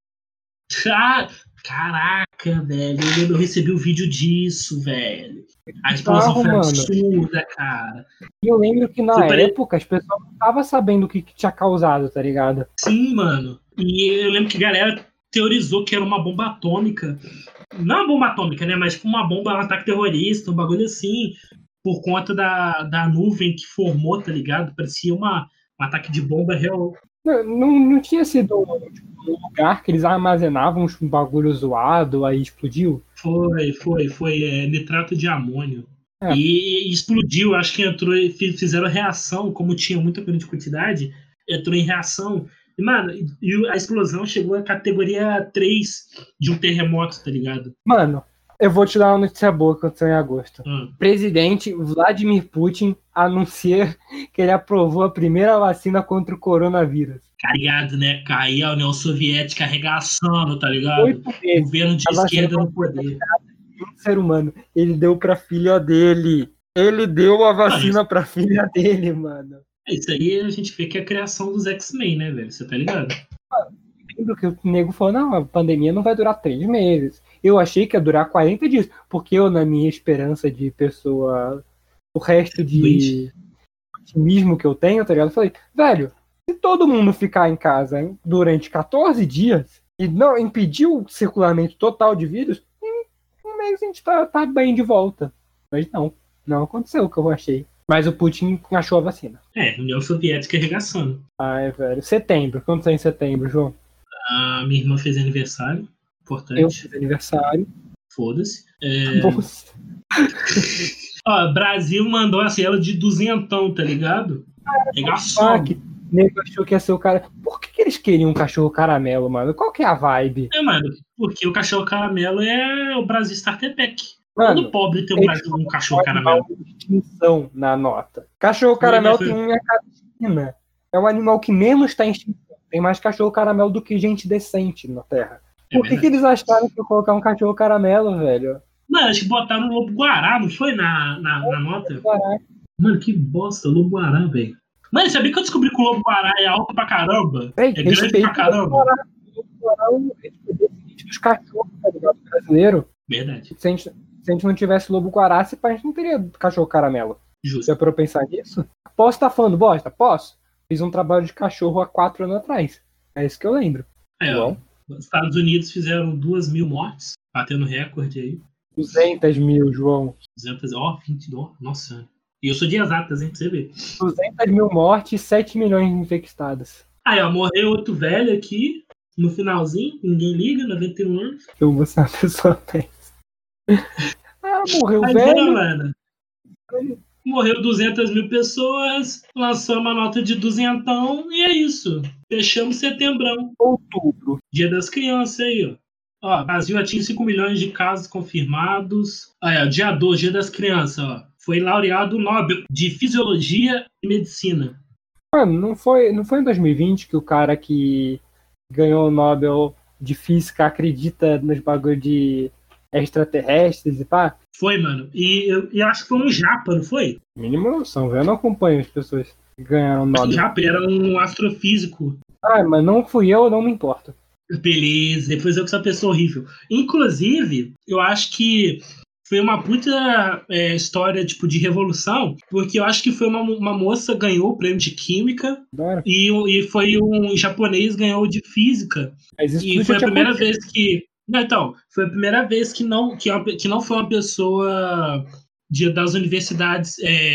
Caraca, velho. Eu recebi o vídeo disso, velho. A explosão foi absurda, cara. E eu lembro que na época as pessoas não estavam sabendo o que tinha causado, tá ligado? Sim, mano. E eu lembro que a galera teorizou que era uma bomba atômica. Não uma bomba atômica, né? Mas tipo uma bomba, um ataque terrorista, um bagulho assim. Por conta da nuvem que formou, tá ligado? Parecia um ataque de bomba real. Não tinha sido um lugar que eles armazenavam um bagulho zoado, aí explodiu? Foi nitrato de amônio. E explodiu, acho que entrou e fizeram reação, como tinha muita grande quantidade, entrou em reação. E, mano, a explosão chegou à categoria 3 de um terremoto, tá ligado? Mano, eu vou te dar uma notícia boa que aconteceu em agosto. Presidente Vladimir Putin anuncia que ele aprovou a primeira vacina contra o coronavírus. Tá ligado, né? Cair a União Soviética arregaçando, tá ligado? Governo de esquerda no poder. Um ser humano. Ele deu pra filha dele. Ele deu a vacina pra filha dele, mano. Isso aí a gente vê que é a criação dos X-Men, né, velho? Você tá ligado? Lembro que o nego falou, não, a pandemia não vai durar 3 meses. Eu achei que ia durar 40 dias. Porque eu, na minha esperança de pessoa, o resto de otimismo que eu tenho, tá ligado? Eu falei, velho, se todo mundo ficar em casa durante 14 dias e não impedir o circulamento total de vírus, mas a gente tá bem de volta. Mas não aconteceu o que eu achei. Mas o Putin achou a vacina. União Soviética arregaçando. Ai, velho. Setembro. Quanto tem em setembro, João? A minha irmã fez aniversário. Eu Importante. fiz aniversário. Foda-se. Nossa. Ó, Brasil mandou assim, ela de duzentão, tá ligado? Arregaçou. Que nego achou que ia ser o cara. Por que eles queriam um cachorro caramelo, mano? Qual que é a vibe? Mano, porque o cachorro caramelo é o Brasil Starter Pack. Mano, Todo pobre tem um cachorro caramelo. Extinção na nota. Cachorro caramelo tem unha catina. É o animal que menos está em extinção. Tem mais cachorro caramelo do que gente decente na Terra. Por que eles acharam que eu colocar um cachorro caramelo, velho? Mano, acho que botaram o lobo-guará, não foi na nota? Mano, que bosta, lobo-guará, velho. Mano, sabia que eu descobri que o lobo-guará é alto pra caramba? É grande pra caramba. O lobo-guará é o descendente dos cachorros, tá ligado? Brasileiro. Verdade. Se a gente não tivesse lobo-guará, a gente não teria cachorro caramelo. Justo. Se é pra eu pensar nisso? Posso estar falando bosta? Posso. Fiz um trabalho de cachorro há 4 anos atrás. É isso que eu lembro. Os Estados Unidos fizeram 2.000 mortes, batendo recorde aí. 200 mil, João. 200, 20, nossa. E eu sou de exatas, hein, pra você ver. 200 mil mortes e 7 milhões de infectados. Aí, ó, morreu outro velho aqui, no finalzinho, ninguém liga, 91 anos. Eu vou ser uma pessoa pensa. Morreu velho. Mano. Morreu 200 mil pessoas, lançou uma nota de duzentão e é isso. Fechamos setembrão. Outubro. Dia das crianças aí, ó. Ó, Brasil atinge 5 milhões de casos confirmados. Aí, ó, dia 2, Dia das Crianças, ó. Foi laureado o Nobel de Fisiologia e Medicina. Mano, não foi em 2020 que o cara que ganhou o Nobel de Física acredita nos bagulho de extraterrestres e pá? Foi, mano. E eu acho que foi um japa, não foi? Mínima noção, velho. Eu não acompanho as pessoas que ganharam o Nobel. Japa, ele era um astrofísico. Mas não fui eu não me importo. Beleza, depois eu com essa pessoa horrível. Inclusive, eu acho que foi uma puta história tipo, de revolução, porque eu acho que foi uma moça ganhou o prêmio de Química e foi um japonês ganhou de Física. E foi a primeira vez que... Não, então, foi a primeira vez que não foi uma pessoa das universidades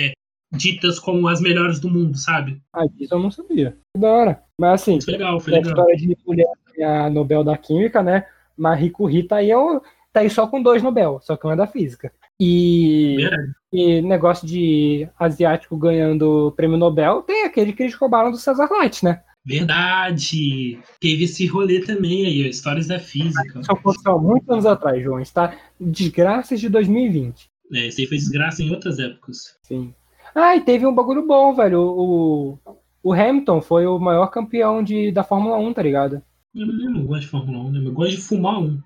ditas como as melhores do mundo, sabe? Isso eu não sabia. Que da hora. Mas assim, foi legal. A história de mulher a Nobel da Química, né? Marie Curie tá aí só com 2 Nobel, só que um é da Física. E negócio de asiático ganhando prêmio Nobel, tem aquele que eles roubaram do César Light, né? Verdade! Teve esse rolê também aí, ó, histórias da física. Isso aconteceu há muitos anos atrás, João. Está desgraças de 2020. Isso aí foi desgraça em outras épocas. Sim. E teve um bagulho bom, velho. O Hamilton foi o maior campeão da Fórmula 1, tá ligado? Eu não gosto de Fórmula 1, né? Eu gosto de fumar um.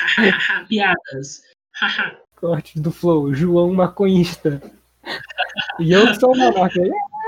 Piadas. Corte do Flow, João maconhista. E eu que sou o monarca.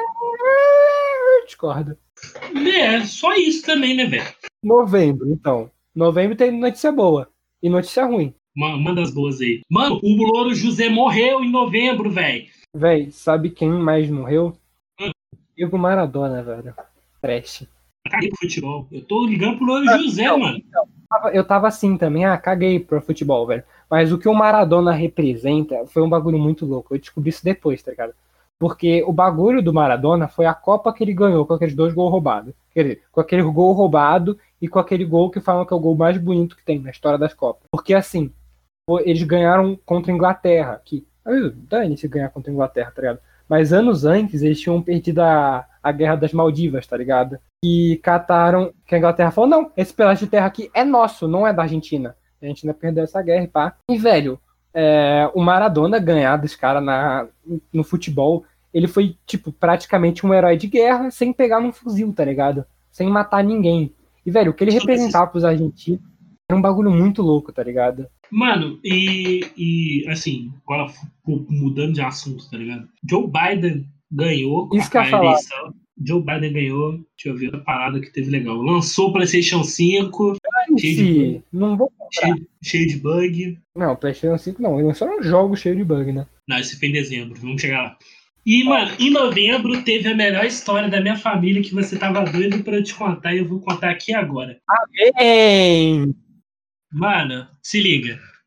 Discordo. Só isso também, né, velho? Novembro, então. Novembro tem notícia boa e notícia ruim. Manda as boas aí. Mano, o Louro José morreu em novembro, velho. Véi, sabe quem mais morreu? Diego Maradona, velho. Trash. Caguei pro futebol. Eu tô ligando pro Louro José, mano. Eu tava assim também. Caguei pro futebol, velho. Mas o que o Maradona representa foi um bagulho muito louco. Eu descobri isso depois, tá ligado? Porque o bagulho do Maradona foi a Copa que ele ganhou com aqueles 2 gols roubados. Quer dizer, com aquele gol roubado e com aquele gol que falam que é o gol mais bonito que tem na história das Copas. Porque assim, eles ganharam contra a Inglaterra. Dane-se ganhar contra a Inglaterra, tá ligado? Mas anos antes eles tinham perdido a Guerra das Maldivas, tá ligado? E cataram, que a Inglaterra falou, não, esse pedaço de terra aqui é nosso, não é da Argentina. A Argentina perdeu essa guerra e pá. E, velho, o Maradona ganhar dos caras no futebol, ele foi, tipo, praticamente um herói de guerra sem pegar num fuzil, tá ligado? Sem matar ninguém. E, velho, o que ele representava pros argentinos era um bagulho muito louco, tá ligado? Mano, e assim, agora mudando de assunto, tá ligado? Joe Biden ganhou isso que eu ia falar. Eleição. Joe Biden ganhou, deixa eu ver a parada que teve legal. Lançou o PlayStation 5. Não vou comprar. Cheio de bug. Não, o PlayStation 5 não. Ele lançou um jogo cheio de bug, né? Não, esse foi em dezembro. Vamos chegar lá. E, mano, em novembro teve a melhor história da minha família que você tava doido pra eu te contar e eu vou contar aqui agora. Amém! Mano, se liga.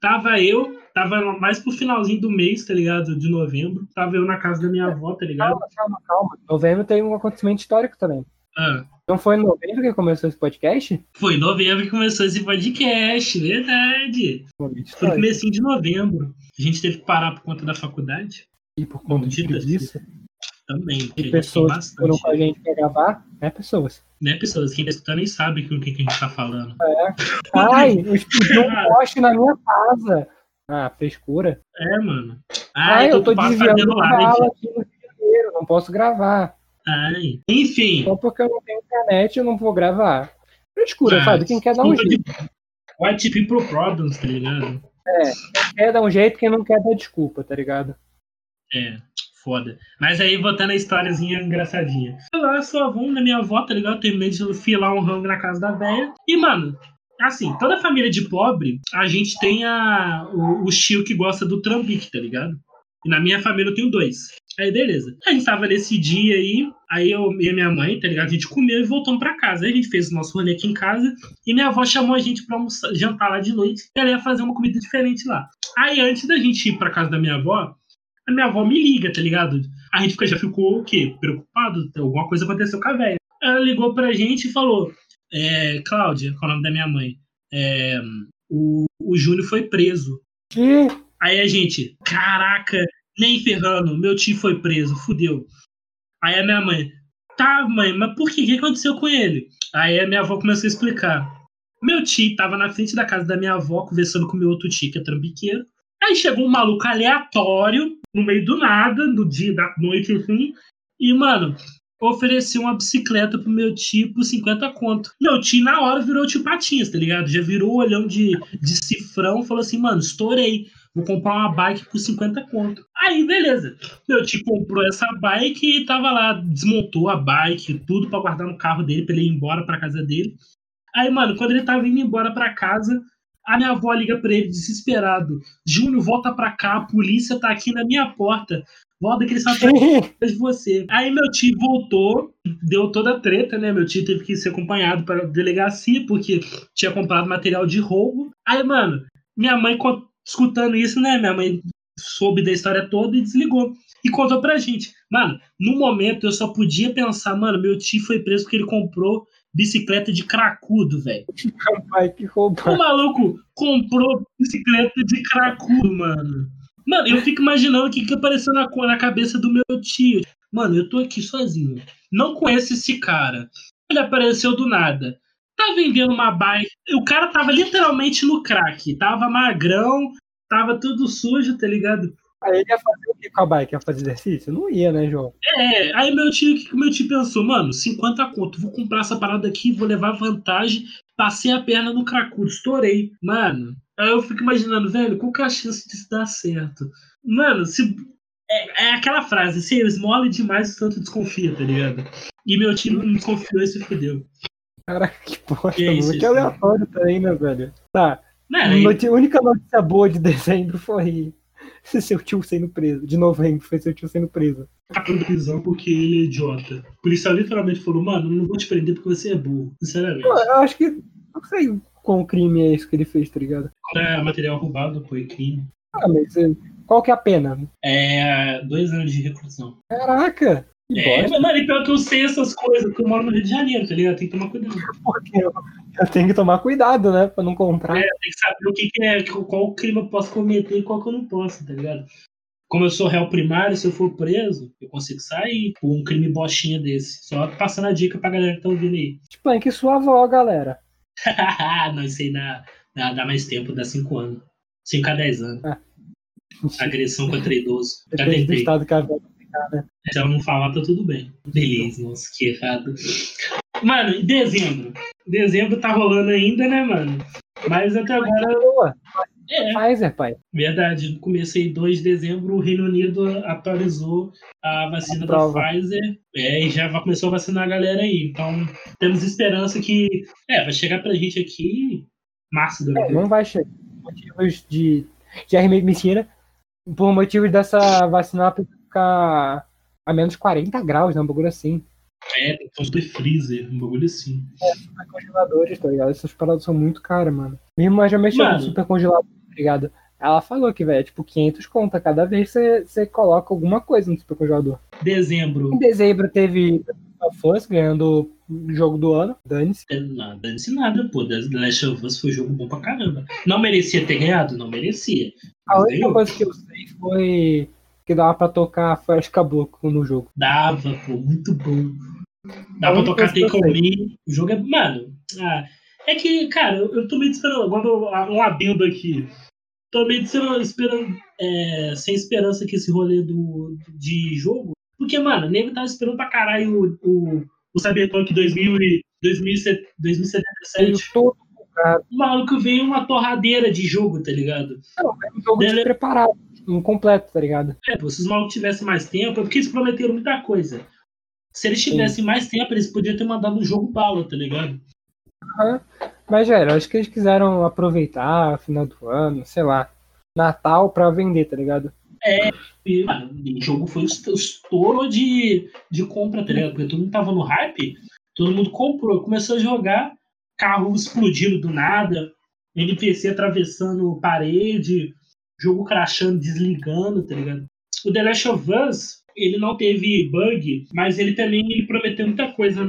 Tava mais pro finalzinho do mês, tá ligado? De novembro. Tava eu na casa da minha avó, tá ligado? Calma. Novembro tem um acontecimento histórico também. Ah, Não foi em novembro que começou esse podcast? foi em novembro que começou esse podcast, verdade. Foi no comecinho de novembro. A gente teve que parar por conta da faculdade. E por conta de preguiça. Também. E pessoas que foram com a gente pra gravar, né, pessoas? Né, pessoas? Quem tá escutando nem sabe o que a gente tá falando. Ai, eu explodi um poste na minha casa. Ah, frescura. Mano. Eu tô ocupado desviando fazendo da live. aula aqui no Rio de Janeiro, não posso gravar. Enfim. Só porque eu não tenho internet, eu não vou gravar. Frescura, sabe? Quem quer dar um jeito. White people problems, tá ligado? Quem quer dar um jeito, quem não quer dar desculpa, tá ligado? Foda. Mas aí, voltando a historiazinha engraçadinha. Eu lá, só vou na minha avó, tá ligado? Terminei de filar um rango na casa da velha. E, mano, assim, toda família de pobre, a gente tem o tio que gosta do trambique, tá ligado? E na minha família eu tenho 2. Aí, beleza. A gente tava nesse dia aí eu e minha mãe, tá ligado? A gente comeu e voltamos pra casa. Aí a gente fez o nosso rolê aqui em casa e minha avó chamou a gente pra jantar lá de noite. Ela ia fazer uma comida diferente lá. Aí, antes da gente ir pra casa da minha avó, a minha avó me liga, tá ligado? A gente já ficou, o quê? Preocupado? Alguma coisa aconteceu com a velha. Ela ligou pra gente e falou, Cláudia, qual é o nome da minha mãe? O Júnior foi preso. Que? Aí a gente, caraca, nem ferrando, meu tio foi preso, fudeu. Aí a minha mãe, tá, mãe, mas por quê? O que aconteceu com ele? Aí a minha avó começou a explicar. Meu tio tava na frente da casa da minha avó, conversando com meu outro tio, que é trambiqueiro. Aí chegou um maluco aleatório, no meio do nada, no dia, da noite, assim, e, mano, ofereceu uma bicicleta pro meu tio por 50 conto. Meu tio, na hora, virou tio Patinhas, tá ligado? Já virou o olhão de cifrão, falou assim, mano, estourei. Vou comprar uma bike por 50 conto. Aí, beleza. Meu tio comprou essa bike e tava lá, desmontou a bike, tudo pra guardar no carro dele, pra ele ir embora pra casa dele. Aí, mano, quando ele tava indo embora pra casa, a minha avó liga pra ele, desesperado. Júnior, volta pra cá, a polícia tá aqui na minha porta. Volta que eles estão atrás de você. Aí meu tio voltou, deu toda a treta, né? Meu tio teve que ser acompanhado para a delegacia, porque tinha comprado material de roubo. Aí, mano, minha mãe, escutando isso, né? Minha mãe soube da história toda e desligou. E contou pra gente. Mano, no momento eu só podia pensar, mano, meu tio foi preso porque ele comprou bicicleta de cracudo, velho. Que roubado. O maluco comprou bicicleta de cracudo, mano. Mano, eu fico imaginando o que apareceu na cabeça do meu tio. Mano, eu tô aqui sozinho. Não conheço esse cara. Ele apareceu do nada. Tá vendendo uma bike. O cara tava literalmente no crack. Tava magrão, tava tudo sujo, tá ligado? Aí ele ia fazer o que com a bike? Ia fazer exercício? Não ia, né, João? Aí o que meu tio pensou? Mano, 50 conto. Vou comprar essa parada aqui, vou levar vantagem. Passei a perna no cracudo, estourei. Mano, aí eu fico imaginando, velho, qual que é a chance disso dar certo? Mano, é aquela frase, se esmola demais, o tanto desconfia, tá ligado? E meu tio não desconfiou e se fudeu. Caraca, que bosta, Que é isso, mano. Que aleatório também, né, velho? Tá. Né, A única notícia boa de dezembro foi seu tio sendo preso. De novembro foi seu tio sendo preso. Tá na prisão porque ele é idiota. O policial literalmente falou, mano, não vou te prender porque você é burro. Sinceramente. Pô, eu acho que. Não sei qual crime é esse que ele fez, tá ligado? Quando é material roubado, foi crime. Ah, mas qual que é a pena? 2 anos de reclusão. Caraca! Que bosta. Mano, e pior que eu sei essas coisas, porque eu moro no Rio de Janeiro, tá ligado? Tem que tomar cuidado. Porque eu tenho que tomar cuidado, né? Pra não comprar. Tem que saber o que é, qual crime eu posso cometer e qual que eu não posso, tá ligado? Como eu sou réu primário, se eu for preso, eu consigo sair por um crime bostinha desse. Só passando a dica pra galera que tá ouvindo aí. Espanque sua avó, galera. Não, isso aí dá mais tempo, dá 5 anos. 5 a 10 anos. Agressão contra idoso. Já Depende do tentei. estado que a avó vai ficar, né? Se ela não falar, tá tudo bem. Beleza, nossa, que errado. Mano, e dezembro? Dezembro tá rolando ainda, né, mano? Mas até agora... Boa. Pfizer, pai. Verdade, no começo aí, 2 de dezembro, o Reino Unido atualizou a vacina da Pfizer. E já começou a vacinar a galera aí. Então, temos esperança que... vai chegar pra gente aqui março do ano. Não vai chegar. Motivos de mentira. Por motivos dessa vacina ficar a menos 40 graus, né? Um bagulho assim. Tem que super freezer, um bagulho assim. Super congeladores, tá ligado? Essas paradas são muito caras, mano. Minha irmã já mexeu no super congelador tá ligado? Ela falou que, velho, é tipo 500 conto a cada vez que você coloca alguma coisa no super jogador. Em Dezembro. dezembro teve The Last of Us ganhando o jogo do ano, dane-se. Nada, disse nada, pô. The Last of Us foi um jogo bom pra caramba. Não merecia ter ganhado? Não merecia. A Mas única ganhou. coisa que eu sei foi que dava pra tocar Flash Caboclo no jogo. Dava, pô, muito bom. Dá A pra única tocar coisa que eu Take On sei. Me. O jogo é. Mano, é que, cara, eu tô meio esperando. Agora um adendo aqui. Tô meio esperando sem esperança que esse rolê de jogo. Porque, mano, o nego tava esperando pra caralho o Cyberpunk 2077. Veio todo bugado. O maluco veio uma torradeira de jogo, tá ligado? Não, é um jogo despreparado, incompleto, tá ligado? Pô, se os malucos tivessem mais tempo, é porque eles prometeram muita coisa. Se eles tivessem mais tempo, eles podiam ter mandado um jogo bala, tá ligado? Mas, velho, acho que eles quiseram aproveitar final do ano, sei lá, Natal pra vender, tá ligado? E, mano, o jogo foi o estouro de compra, tá ligado? Porque todo mundo tava no hype, todo mundo comprou, começou a jogar, carro explodindo do nada, NPC atravessando parede, jogo crashando, desligando, tá ligado? O The Last of Us, ele não teve bug, mas ele também prometeu muita coisa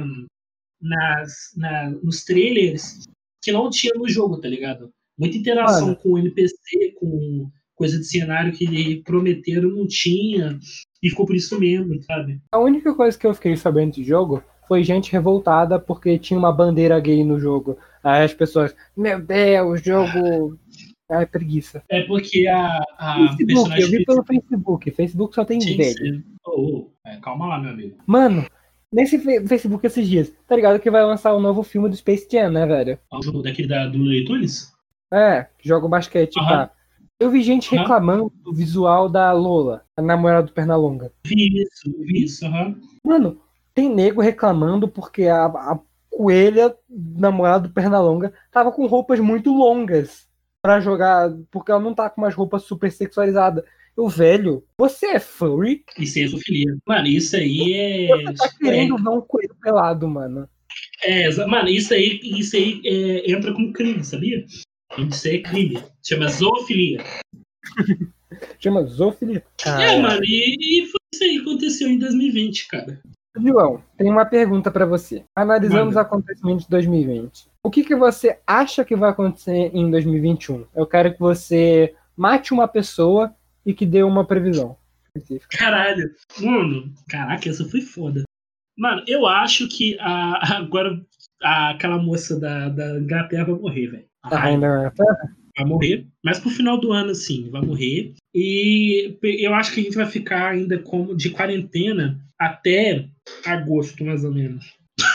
nos trailers que não tinha no jogo, tá ligado? Muita interação Mano, com o NPC, com coisa de cenário que prometeram não tinha, e ficou por isso mesmo, sabe? a única coisa que eu fiquei sabendo desse jogo foi gente revoltada porque tinha uma bandeira gay no jogo. Aí as pessoas, meu Deus, jogo. Ai, preguiça. É porque a Facebook, eu personagem vi pelo Facebook. Facebook só tem tinha que velho. ser. Calma lá, meu amigo. Mano, nesse Facebook esses dias, tá ligado que vai lançar o novo filme do Space Jam, né, velho? O jogo daquele do Looney Tunes? É, que joga basquete, Aham. tá? Eu vi gente Aham. reclamando do visual da Lola, a namorada do Pernalonga. Vi isso, aham. Mano, tem nego reclamando porque a coelha, namorada do Pernalonga, tava com roupas muito longas pra jogar, porque ela não tá com umas roupas super sexualizadas. Eu, velho, você é furry? Isso é zoofilia. Mano, isso aí Você tá querendo ver um coelho pelado, mano. Mano, isso aí entra como crime, sabia? Isso aí é crime. Chama zoofilia. Chama zoofilia. Mano, e foi isso aí que aconteceu em 2020, cara. João, tem uma pergunta pra você. Analisando os Manda. acontecimentos de 2020. O que você acha que vai acontecer em 2021? Eu quero que você mate uma pessoa e que dê uma previsão específica. Caralho. Mano, caraca, essa foi foda. Mano, eu acho que agora aquela moça da Inglaterra vai morrer, velho. Tá vendo? Vai morrer, mas pro final do ano, sim, vai morrer. E eu acho que a gente vai ficar ainda como de quarentena até agosto, mais ou menos.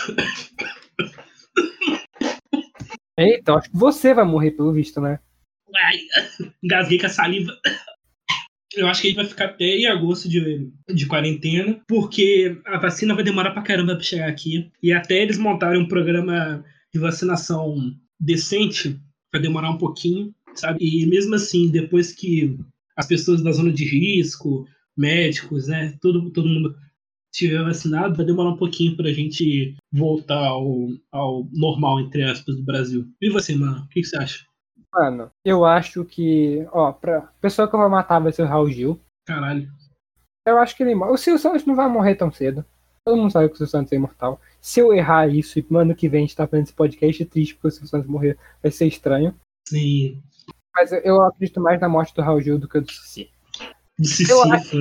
Eita, eu acho que você vai morrer pelo visto, né? Ai, engasguei com a saliva. Eu acho que a gente vai ficar até em agosto de quarentena, porque a vacina vai demorar pra caramba pra chegar aqui. E até eles montarem um programa de vacinação decente, vai demorar um pouquinho, sabe? E mesmo assim, depois que as pessoas da zona de risco, médicos, né, todo mundo tiver vacinado, vai demorar um pouquinho pra gente voltar ao normal, entre aspas, do Brasil. E você, mano? O que você acha? Mano, eu acho que, ó, pra pessoa que eu vou matar vai ser o Raul Gil. Caralho. Eu acho que ele morre. O Silvio Santos não vai morrer tão cedo. Todo mundo sabe que o Silvio Santos é imortal. Se eu errar isso e ano que vem a gente tá fazendo esse podcast, é triste porque o Silvio Santos morrer. Vai ser estranho. Sim. Mas eu acredito mais na morte do Raul Gil do que do Cici. Eu acho.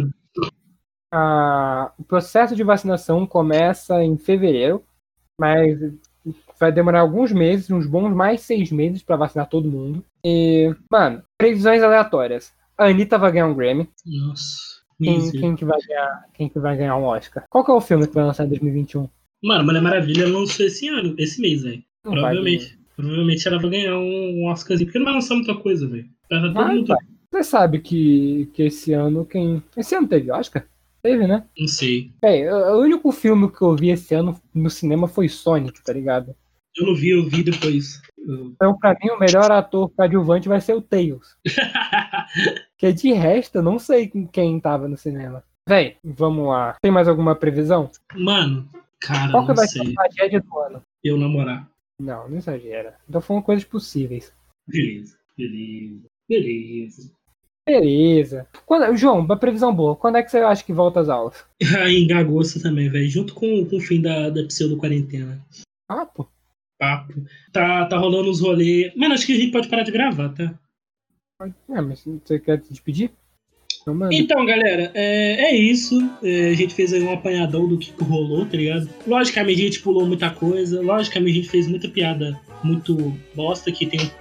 O processo de vacinação começa em fevereiro, mas vai demorar alguns meses, uns bons mais 6 meses pra vacinar todo mundo. E, mano, previsões aleatórias. A Anitta vai ganhar um Grammy. Nossa. Quem que vai ganhar um Oscar? Qual que é o filme que vai lançar em 2021? Mano, Mulher Maravilha lançou esse mês, velho. Não vai ganhar. Provavelmente ela vai ganhar um Oscarzinho, porque não vai lançar muita coisa, velho. Vai. Você sabe que esse ano Esse ano teve Oscar? Teve, né? Não sei. O único filme que eu vi esse ano no cinema foi Sonic, tá ligado? Eu vi depois. Então, pra mim, o melhor ator coadjuvante vai ser o Tails. Que de resto, eu não sei quem tava no cinema. Véi, vamos lá. Tem mais alguma previsão? Mano, cara, Qual que não vai sei. ser a tragédia do ano? Eu namorar. Não exagera. Então foram coisas possíveis. Beleza. Beleza. Beleza. João, uma previsão boa. Quando é que você acha que volta às aulas? Em agosto também, velho. Junto com o fim da pseudo-quarentena. Ah, pô. Papo. Tá rolando uns rolês. Mano, acho que a gente pode parar de gravar, tá? Mas você quer se despedir? Então, manda. Então, galera, é isso. A gente fez aí um apanhadão do que rolou, tá ligado? Logicamente a gente pulou muita coisa. Logicamente a gente fez muita piada muito bosta, que tem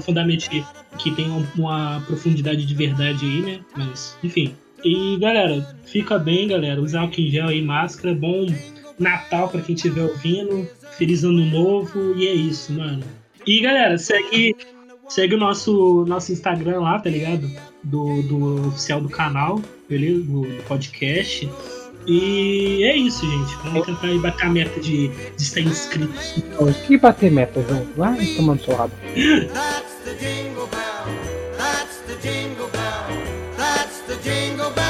uma profundidade de verdade aí, né? Mas, enfim. E, galera, fica bem, galera. Usar álcool em gel aí, máscara. Bom Natal pra quem estiver ouvindo. Feliz Ano Novo. E é isso, mano. E, galera, segue o nosso Instagram lá, tá ligado? Do oficial do canal, beleza? Do podcast. E é isso, gente. Vamos tentar aí bater a meta de estar inscritos. Que bater meta, João? Vai tomando seu rabo. That's the jingle bell. That's the jingle bell. That's the jingle bell.